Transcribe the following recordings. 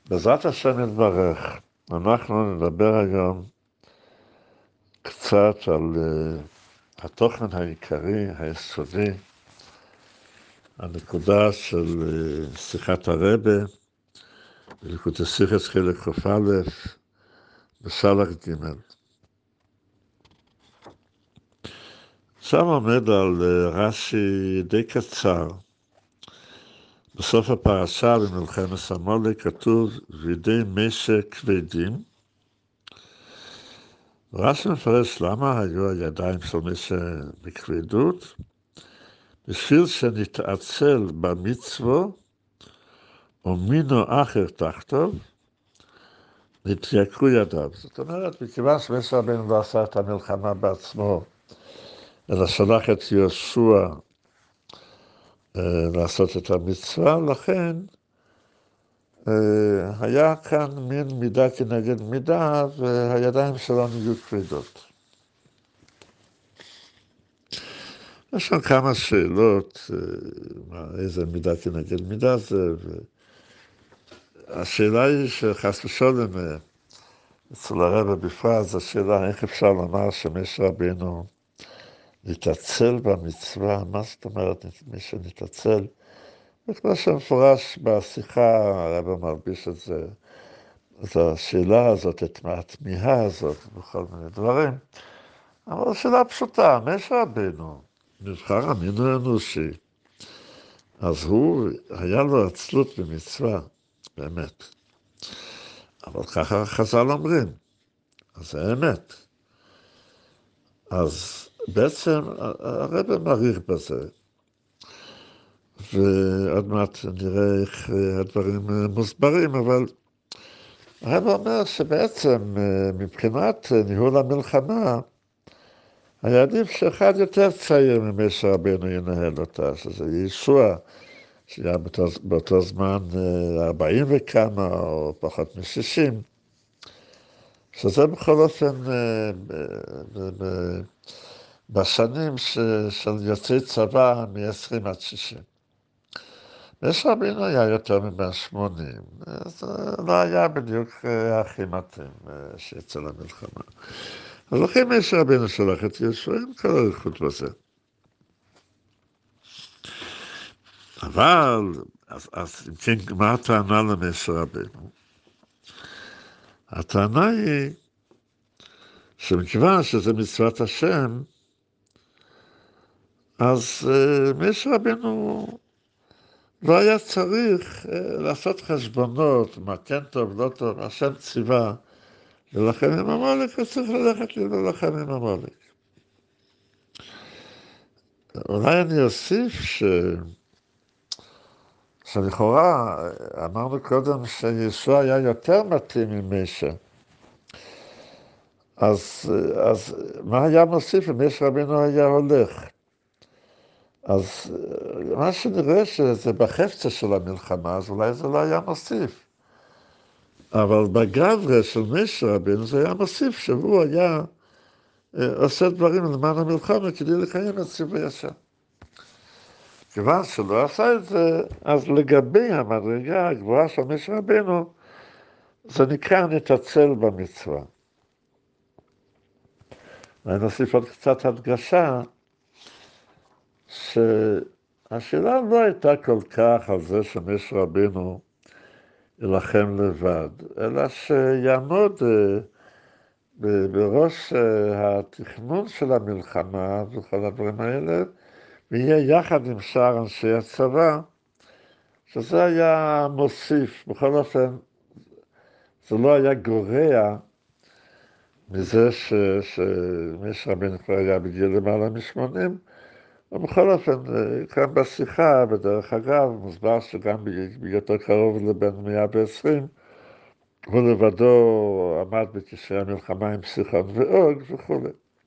בעזרת השם יתברך, אנחנו נדבר היום קצת על התוכן העיקרי, היסודי, הנקודה של שיחת הרבה, בליקוטי שיחת חלק כ"א, בסל"ח ג'. שם עומד על רש"י די קצר. בסוף הפרשה במלחמת עמלק כתוב וידי משה כבדים. רש"י מפרש למה היו הידיים של משה בכבדות, בשביל שנתעצל במצוו, או מינו אחר תחתיו, נתייקרו ידיו. זאת אומרת, מכיוון שמשה רבנו לא עשה את המלחמה בעצמו, אלא שלח את יהושע לעשות את המצווה, לכן היה כאן מין מידה כנגד מידה, והידיים שלו נהיו כבדות. יש שם כמה שאלות, איזה מידה כנגד מידה זה, השאלה היא שחס ושלום, אצל הרבה בפרט, זו השאלה איך אפשר לומר שמשה רבנו נתעצל במצווה, מה זאת אומרת מי שנתעצל? וכמו שמפורש בשיחה, הרבה מרביש את זה, את השאלה הזאת, את התמיהה הזאת, וכל מיני דברים. אבל שאלה פשוטה, משה רבנו נבחר המין האנושי, אז הוא, היה לו עצלות במצווה, באמת. אבל ככה חז"ל אומרים, אז זה אמת. אז בעצם הרב מעריך בזה, ועוד מעט נראה איך הדברים מוסברים, אבל הרב אומר שבעצם מבחינת ניהול המלחמה, היה עדיף שאחד יותר צעיר ממשה רבנו ינהל אותה, שזה ישוע, שהיה באותו זמן 40 וכמה, או פחות מ-60, שזה בכל אופן בשנים של יוצאי צבא מ-20 עד 60. משה רבנו היה יותר מ-180, זה לא היה בדיוק הכי מתאים שיצא למלחמה. אז לכן משה רבנו שלח את יהושע עם כל האריכות בזה. אבל, אז אם כן, מה הטענה למשה רבנו? הטענה היא שמכיוון שזה מצוות השם, אז משה רבנו לא היה צריך לעשות חשבונות, מה כן טוב, לא טוב, השם ציווה ללחם עם עמלק, אז צריך ללכת ללחם עם עמלק. אולי אני אוסיף שלכאורה אמרנו קודם שישוע היה יותר מתאים ממשה. אז מה היה מוסיף אם משה רבנו היה הולך? אז מה שנראה שזה בחפצה של המלחמה, אז אולי זה לא היה מוסיף. אבל בגברה של משה רבנו זה היה מוסיף שהוא היה עושה דברים למען המלחמה כדי לקיים את ציווי השם. כיוון שלא עשה את זה, אז לגבי המדרגה הגבוהה של משה רבנו, זה נקרא נתעצל במצווה. אני נוסיף עוד קצת הדגשה, שהשאלה לא הייתה כל כך על זה שמשה רבנו ילחם לבד, אלא שיעמוד בראש התכנון של המלחמה וכל הדברים האלה, ויהיה יחד עם שאר אנשי הצבא, שזה היה מוסיף. בכל אופן, זה לא היה גורע מזה שמשה רבנו כבר היה בגיל למעלה מ-80, ובכל אופן, כאן בשיחה, בדרך אגב, מוסבר שגם בהיותו קרוב לבן 120, הוא לבדו עמד בקשרי המלחמה עם סיחון ואוג וכו'.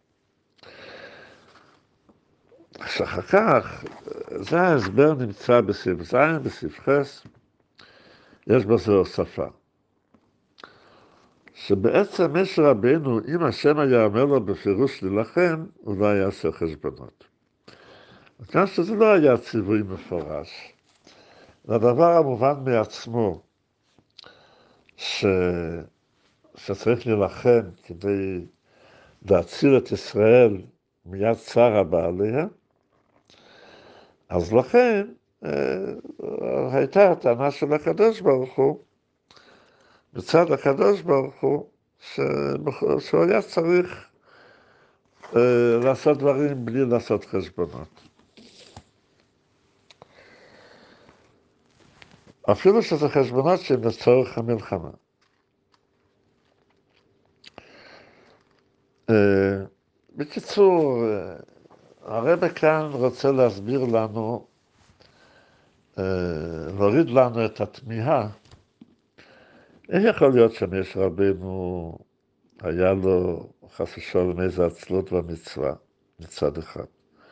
אחר כך, זה ההסבר נמצא בסעיף ז', בסעיף ח', יש בזה הוספה. שבעצם משה רבנו, אם השם היה אומר לו בפירוש להילחם, הוא לא היה עושה חשבונות. וכאן שזה לא היה ציווי מפורש. לדבר המובן מעצמו, שצריך להילחם כדי להציל את ישראל מיד צר הבא עליה, אז לכן הייתה הטענה של הקדוש ברוך הוא, מצד הקדוש ברוך הוא, שהוא היה צריך לעשות דברים בלי לעשות חשבונות. אפילו שזה חשבונות שהם לצורך המלחמה. בקיצור, הרב כאן רוצה להסביר לנו, להוריד לנו את התמיהה, איך יכול להיות שמשה רבנו היה לו חס ושלום איזה עצלות במצווה מצד אחד.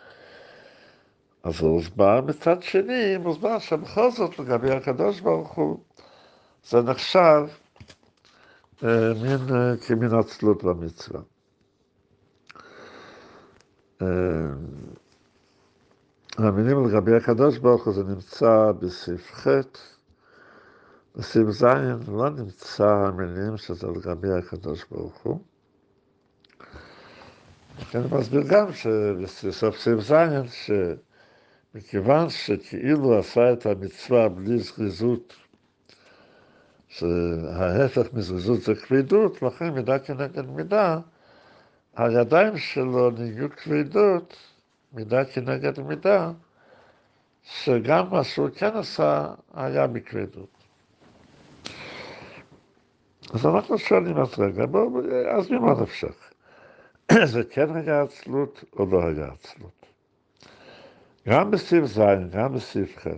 אז הוא הוסבר מצד שני, הוא הוסבר שבכל זאת לגבי הקדוש ברוך הוא, זה נחשב כמין עצלות במצווה. המילים לגבי הקדוש ברוך הוא זה נמצא בסעיף ח', בסעיף ז' לא נמצא המילים שזה לגבי הקדוש ברוך הוא. לכן אני מסביר גם שבסוף סעיף ז' שמכיוון שכאילו עשה את המצווה בלי זריזות, שההפך מזריזות זה כבדות, לכן מידה כנגד מידה, הידיים שלו נהיו כבדות, מידה כנגד מידה, שגם מה שהוא כן עשה היה בכבדות. אז אנחנו שואלים אז רגע, אז ממה נפשך? זה כן היה עצלות או לא היה עצלות? גם בסעיף ז', גם בסעיף ח'.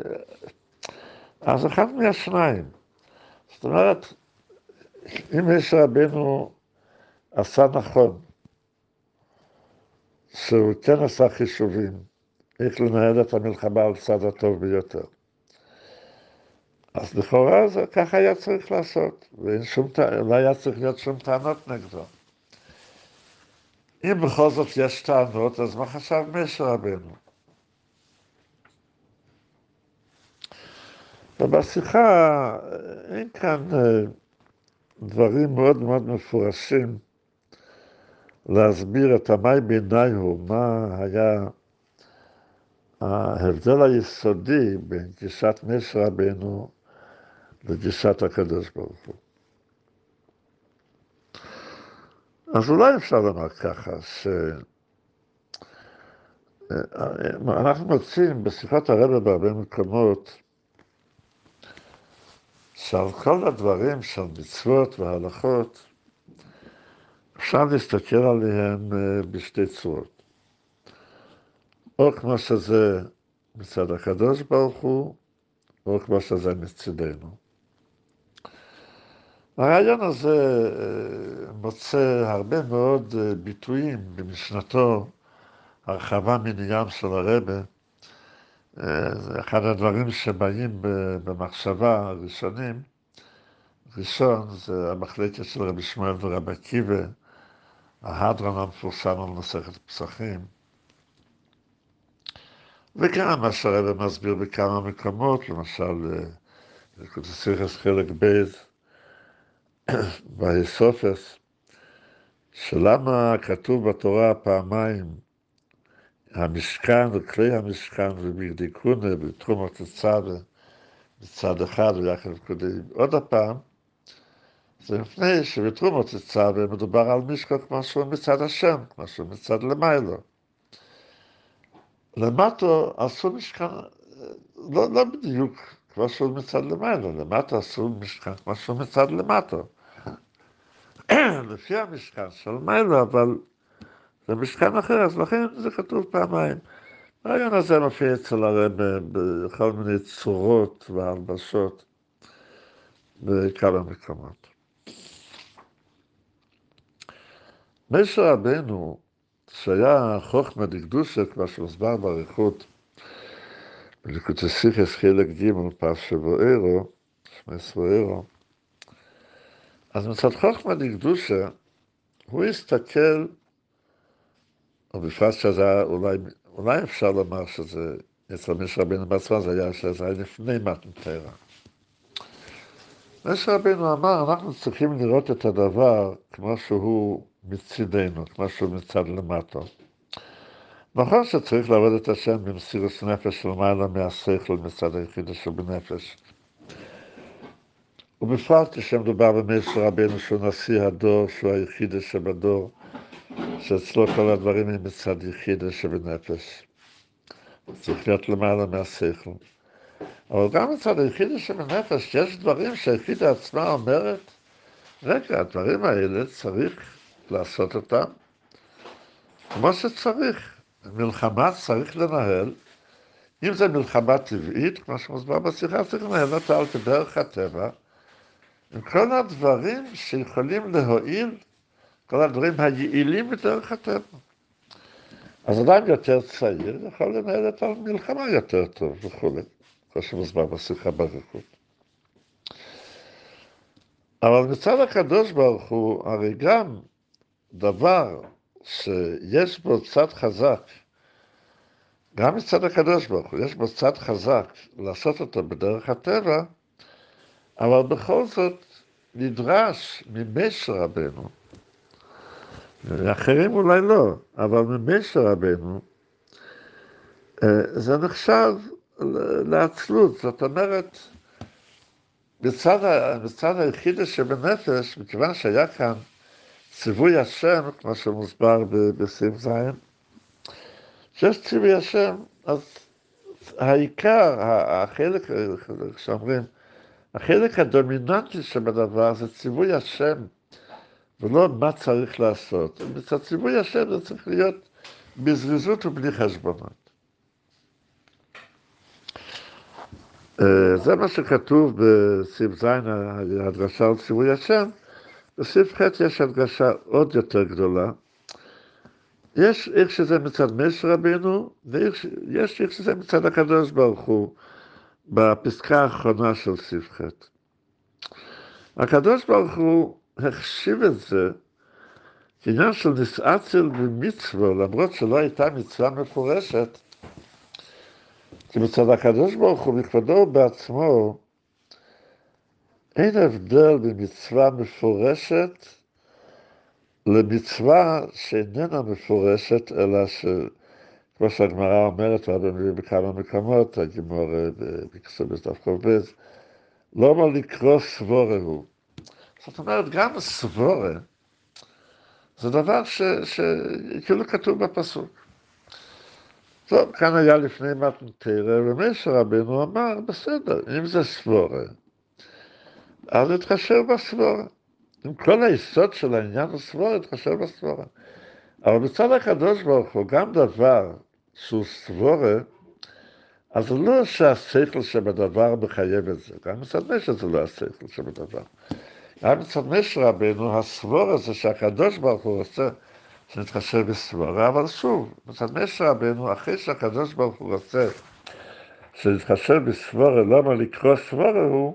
אז אחד מהשניים. זאת אומרת, אם יש רבנו עשה נכון, שהוא כן עשה חישובים, איך לנהל את המלחמה על צד הטוב ביותר. אז לכאורה זה ככה היה צריך לעשות, ולא היה צריך להיות שום טענות נגדו. אם בכל זאת יש טענות, אז מה חשב משה רבנו? ובשיחה אין כאן דברים מאוד מאוד מפורשים להסביר את המאי בעיניי הוא, מה היה ההבדל היסודי בין גישת משה רבנו לגישת הקדוש ברוך הוא. אז אולי אפשר לומר ככה, אנחנו מוצאים בשיחת הרב בהרבה מקומות, שעל כל הדברים של מצוות והלכות, אפשר להסתכל עליהם בשתי צורות. או כמו שזה מצד הקדוש ברוך הוא, או כמו שזה מצדנו. הרעיון הזה מוצא הרבה מאוד ביטויים במשנתו, הרחבה מניין של הרבה. זה אחד הדברים שבאים במחשבה הראשונים. ראשון זה המחלקת של רבי שמואל ורבי עקיבא, ההדרן המפורסם על מסכת פסחים. וגם מה שהרבא מסביר בכמה מקומות, למשל, בקודסיכס חלק ב' בהיסופס, שלמה כתוב בתורה פעמיים, המשכן וכלי המשכן ובגדיקונה ובתרומות הצדה, מצד אחד ויחד וקודים. עוד הפעם, זה לפני שבתרומות הצדה מדובר על משכן כמו שהוא מצד השם, כמו שהוא מצד למיילו. למטו עשו משכן, לא בדיוק כמו שהוא מצד למיילו, למטו עשו משכן כמו שהוא מצד למטו. לפי המשכן של מיילו, אבל זה משכן אחר, אז לכן זה כתוב פעמיים. הרעיון הזה מופיע אצל הרב בכל מיני צורות והלבשות בכמה מקומות. משה רבנו, שהיה חוכמה דקדושה, כמו שהוסבר באריכות, בליקוטי סיכס חלק ג' פרשת בוערו, 15 בוערו, אז מצד חוכמה דקדושה, הוא הסתכל, או בפרט שזה אולי אפשר לומר שזה, אצל משה רבנו בעצמו זה היה שזה היה לפני מתן תורה. משה רבינו אמר, אנחנו צריכים לראות את הדבר כמו שהוא מצידנו, כמו שהוא מצד למטה. נכון שצריך לעבוד את השם במסירות נפש למעלה מהשכל מצד היחיד שבנפש. ובפרט כשמדובר במשה רבינו שהוא נשיא הדור, שהוא היחיד שבדור, שאצלו כל הדברים הם מצד יחיד שבנפש. צריך להיות למעלה מהשכל. אבל גם מצד היחיד שבנפש יש דברים שהיחיד עצמה אומרת, רגע, הדברים האלה צריך לעשות אותם כמו שצריך. מלחמה צריך לנהל, אם זה מלחמה טבעית, כמו שמוסבר בשיחה, צריך לנהל אותה על דרך הטבע, עם כל הדברים שיכולים להועיל, כל הדברים היעילים בדרך הטבע. אז אדם יותר צעיר יכול לנהל את המלחמה יותר טוב וכו', כמו שמוסבר בשיחה ברכות. אבל מצד הקדוש ברוך הוא, הרי גם דבר שיש בו צד חזק, גם מצד הקדוש ברוך הוא, יש בו צד חזק לעשות אותו בדרך הטבע, אבל בכל זאת נדרש ממשה רבנו, אחרים אולי לא, אבל ממשה רבנו, זה נחשב לעצלות, זאת אומרת, מצד היחיד שבנפש, מכיוון שהיה כאן ציווי השם, כמו שמוסבר בסעיף זין, שיש ציווי השם, אז העיקר, החלק, שאומרים, החלק הדומיננטי שבדבר זה ציווי השם, ולא מה צריך לעשות. מצד ציווי השם זה צריך להיות בזריזות ובלי חשבונות. זה מה שכתוב בסעיף זין, הדרשה על ציווי השם. בסעיף ח' יש הדרשה עוד יותר גדולה. יש איך שזה מצד משה רבינו, ויש איך שזה מצד הקדוש ברוך הוא, בפסקה האחרונה של סעיף ח'. הקדוש ברוך הוא החשיב את זה כעניין של נסעצל במצווה, למרות שלא הייתה מצווה מפורשת, כי מצד הקדוש ברוך הוא בכבודו בעצמו, אין הבדל במצווה מפורשת למצווה שאיננה מפורשת, אלא כמו שהגמרא אומרת, והביא בכמה מקומות, הגמור בכסובס דף חובז, לא אומר לקרוא סבורה הוא. זאת אומרת, גם סבורה, זה דבר שכאילו כתוב בפסוק. טוב, כאן היה לפני מתן תורה, ומשה רבינו אמר, בסדר, אם זה סבורה, אז התחשב בסבורה. עם כל היסוד של העניין הסבורה, התחשב בסבורה. אבל מצד הקדוש ברוך הוא, גם דבר שהוא סבורה, אז זה לא שהשכל שבדבר מחייב את זה. גם מצד משה זה לא השכל שבדבר. גם מצד משה רבינו, הסבורה זה שהקדוש ברוך הוא רוצה שנתחשב בסבורה, אבל שוב, מצד משה רבינו, אחרי שהקדוש ברוך הוא רוצה שנתחשב בסבורה, למה לקרוא סבורה הוא,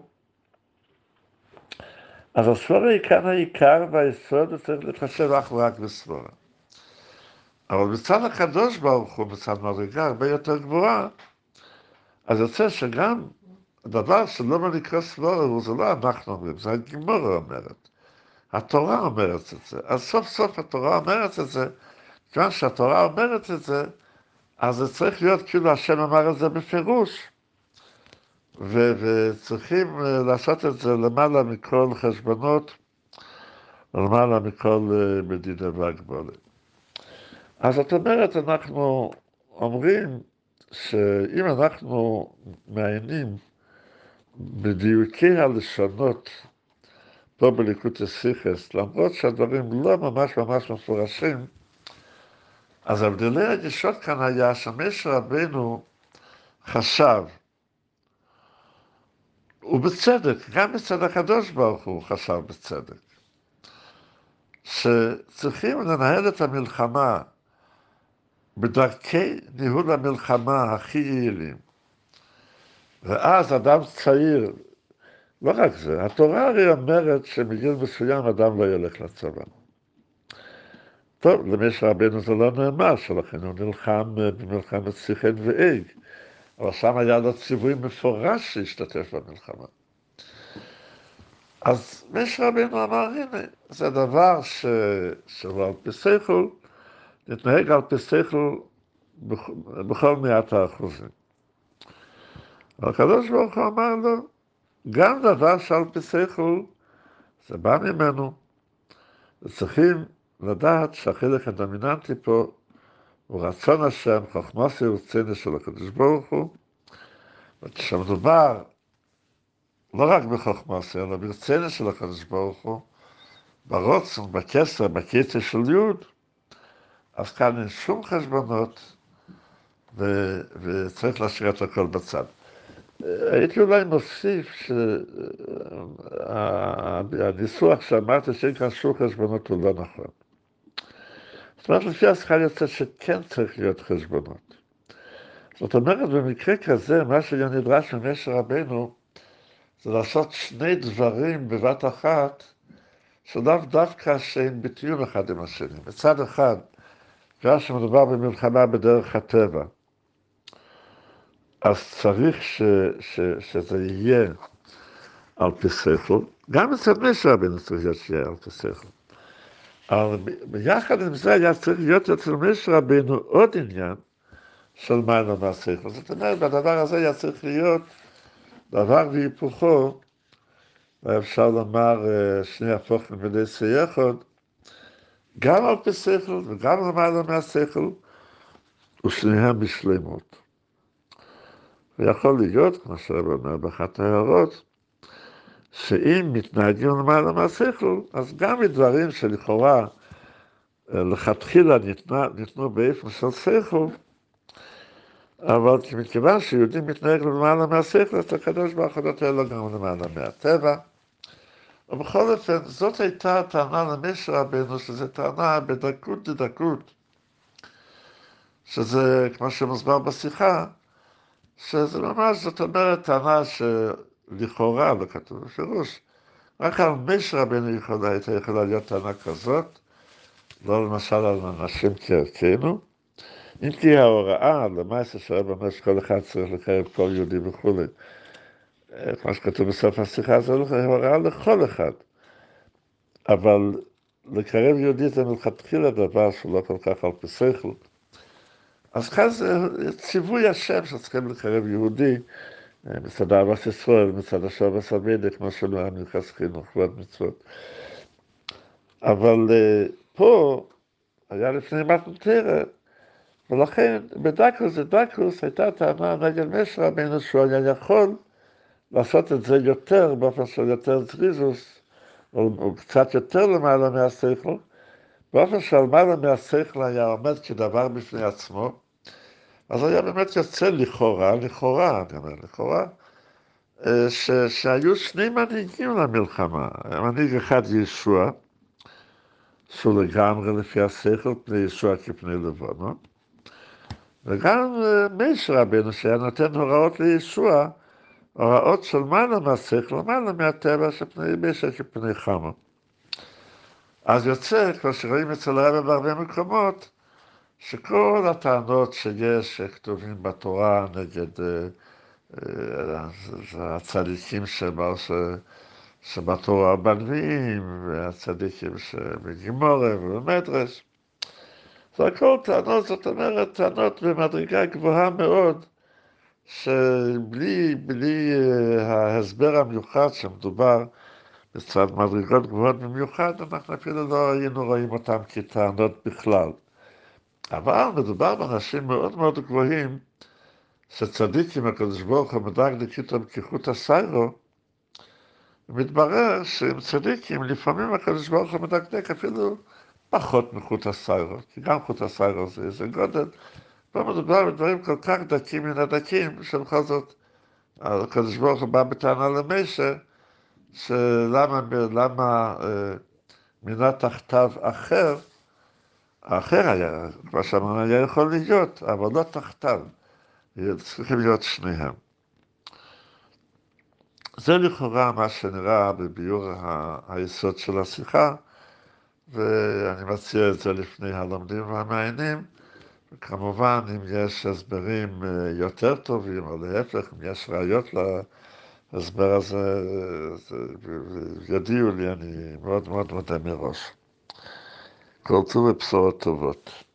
אז הסבורה היא כאן העיקר והיסוד, וצריך להתחשב אך ורק בסבורה. אבל מצד הקדוש ברוך הוא, מצד מדרגה הרבה יותר גבוהה, אז יוצא שגם הדבר שלא נקרא סבורה, זה לא אנחנו אומרים, זה הגמרא אומרת. התורה אומרת את זה. אז סוף סוף התורה אומרת את זה, כיוון שהתורה אומרת את זה, אז זה צריך להיות כאילו השם אמר את זה בפירוש, וצריכים לעשות את זה למעלה מכל חשבונות, למעלה מכל מדידה והגבולה. אז זאת אומרת, אנחנו אומרים שאם אנחנו מעיינים בדיוקי הלשונות פה בליקוטי סיכס, למרות שהדברים לא ממש מפורשים, אז הבדלי הגישות כאן היה שמשה רבינו חשב, ובצדק, גם מצד הקדוש ברוך הוא חשב בצדק, שצריכים לנהל את המלחמה בדרכי ניהול המלחמה הכי יעילים. ואז אדם צעיר, לא רק זה, התורה הרי אומרת שמגיל מסוים אדם לא ילך לצבא. טוב, למשה רבינו זה לא נאמר, שלכן הוא נלחם במלחמת סיכן ואג, אבל שם היה לו ציווי מפורש שהשתתף במלחמה. אז משה רבינו אמר, הנה, זה דבר שלא על פי שכל, נתנהג על פי שכל בכל 100%. הקדוש ברוך הוא אמר לו, גם דבר שעל פי שכל, זה בא ממנו. וצריכים לדעת שהחלק הדומיננטי פה הוא רצון השם, חוכמוס ורצינו של הקדוש ברוך הוא. וכשמדובר לא רק בחוכמוס, אלא ברצינו של הקדוש ברוך הוא, ברוצן, בקסר, בקיצר של יוד, אז כאן אין שום חשבונות, וצריך להשאיר את הכל בצד. הייתי אולי מוסיף שהניסוח שאמרתי שאין כאן שום חשבונות הוא לא נכון. זאת אומרת, לפי השיחה יוצא שכן צריך להיות חשבונות. זאת אומרת, במקרה כזה, מה שהיה נדרש ממשה רבינו, זה לעשות שני דברים בבת אחת, שלאו דווקא שהם בתיאום אחד עם השני. מצד אחד, בגלל שמדובר במלחמה בדרך הטבע, אז צריך שזה יהיה על פי שכל, גם אצל משה רבינו צריך להיות שיהיה על פי שכל. אבל ביחד עם זה היה צריך להיות אצל משה רבינו עוד עניין של מעלה מהשכל. זאת אומרת, בדבר הזה היה צריך להיות דבר והיפוכו, ואפשר לומר שני הפוכים בידי סייחוד, גם על פי שכל וגם למעלה מהשכל, ושניהם בשלמות. ויכול להיות, כמו שהרב אומר באחת ההערות, שאם מתנהגים למעלה מהשכל, אז גם מדברים שלכאורה לכתחילה ניתנו באופן של שכל, אבל מכיוון שיהודים מתנהג למעלה מהשכל, אז הקדוש ברוך הוא נותן לו גם למעלה מהטבע. ובכל אופן, זאת הייתה הטענה למשה רבינו, שזו טענה בדקות דדקות, שזה, כמו שמוסבר בשיחה, שזה ממש, זאת אומרת, טענה שלכאורה, לא כתוב בפירוש, רק על משה רבינו הייתה יכולה להיות טענה כזאת, לא למשל על אנשים כערכנו. אם תהיה ההוראה, למעשה שהרב אומר שכל אחד צריך לקרב כל יהודי וכו', כמו שכתוב בסוף השיחה, זה הוראה לכל אחד. אבל לקרב יהודי זה מלכתחילה דבר שהוא לא כל כך על פי שכל. אז כאן זה ציווי השם שצריכים לקרב יהודי, מצד אהבת ישראל, מצד השם הסבידי, כמו שלא היה מיוחס חינוך ועוד מצוות. אבל פה היה לפני מתן תורה, ולכן בדקוס הייתה טענה נגד משה רבינו שהוא היה יכול לעשות את זה יותר, באופן של יותר זריזוס, או קצת יותר למעלה מהשכל, באופן שלמעלה מהשכל היה עומד כדבר בפני עצמו, אז היה באמת יוצא לכאורה, שהיו שני מנהיגים למלחמה. מנהיג אחד ישוע, שהוא לגמרי לפי השכל, פני ישוע כפני לבונו, וגם משה רבינו שהיה נותן הוראות לישוע, הוראות של מעלה מהשכל, מעלה מהטבע שפני משה כפני חמה. אז יוצא, כמו שרואים אצל הרב בהרבה מקומות, שכל הטענות שיש כתובים בתורה נגד הצדיקים שבתורה בנביאים, והצדיקים שבגימורה ובמדרש, זה הכל טענות, זאת אומרת, טענות במדרגה גבוהה מאוד, שבלי ההסבר המיוחד שמדובר בצד מדרגות גבוהות במיוחד, אנחנו אפילו לא היינו רואים אותם כטענות בכלל. אבל מדובר באנשים מאוד מאוד גבוהים, שצדיקים הקדוש ברוך הוא מדקדק איתם כחוט השערו, ומתברר שהם צדיקים, לפעמים הקדוש ברוך הוא מדקדק אפילו פחות מחוט השערו, כי גם חוט השערו זה איזה גודל, פה מדובר בדברים כל כך דקים מן הדקים, שבכל זאת הקדוש ברוך הוא בא בטענה למשה, למה מינה תחתיו האחר היה, כמו שאמרנו, היה יכול להיות, אבל לא תחתיו, צריכים להיות שניהם. זה לכאורה מה שנראה בביאור היסוד של השיחה, ואני מציע את זה לפני הלומדים והמעיינים, וכמובן אם יש הסברים יותר טובים, או להפך, אם יש ראיות ההסבר הזה, יודיעו לי, אני מאוד מאוד מודה מראש. כל טוב ובשורות טובות.